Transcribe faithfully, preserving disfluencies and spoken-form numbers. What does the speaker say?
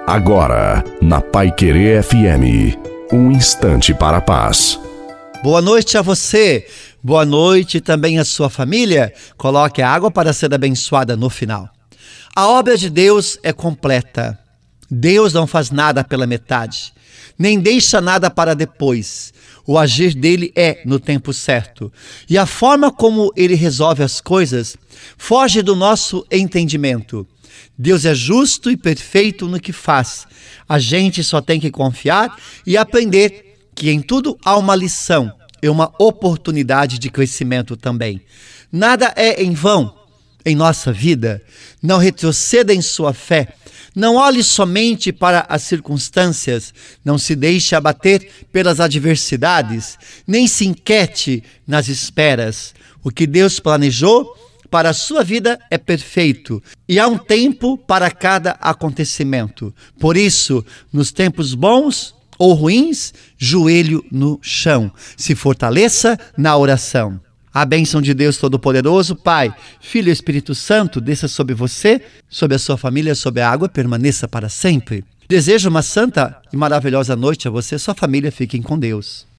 Agora, na Paiquerê F M, um instante para a paz. Boa noite a você, boa noite também à sua família. Coloque a água para ser abençoada no final. A obra de Deus é completa. Deus não faz nada pela metade, nem deixa nada para depois. O agir dele é no tempo certo. E a forma como ele resolve as coisas foge do nosso entendimento. Deus é justo e perfeito no que faz. A gente só tem que confiar e aprender que em tudo há uma lição e uma oportunidade de crescimento também. Nada é em vão em nossa vida. Não retroceda em sua fé. Não olhe somente para as circunstâncias. Não se deixe abater pelas adversidades. Nem se inquiete nas esperas. O que Deus planejou para a sua vida é perfeito, e há um tempo para cada acontecimento. Por isso, nos tempos bons ou ruins, joelho no chão. Se fortaleça na oração. A bênção de Deus Todo-Poderoso, Pai, Filho e Espírito Santo, desça sobre você, sobre a sua família, sobre a água, permaneça para sempre. Desejo uma santa e maravilhosa noite a você e a sua família. Fiquem com Deus.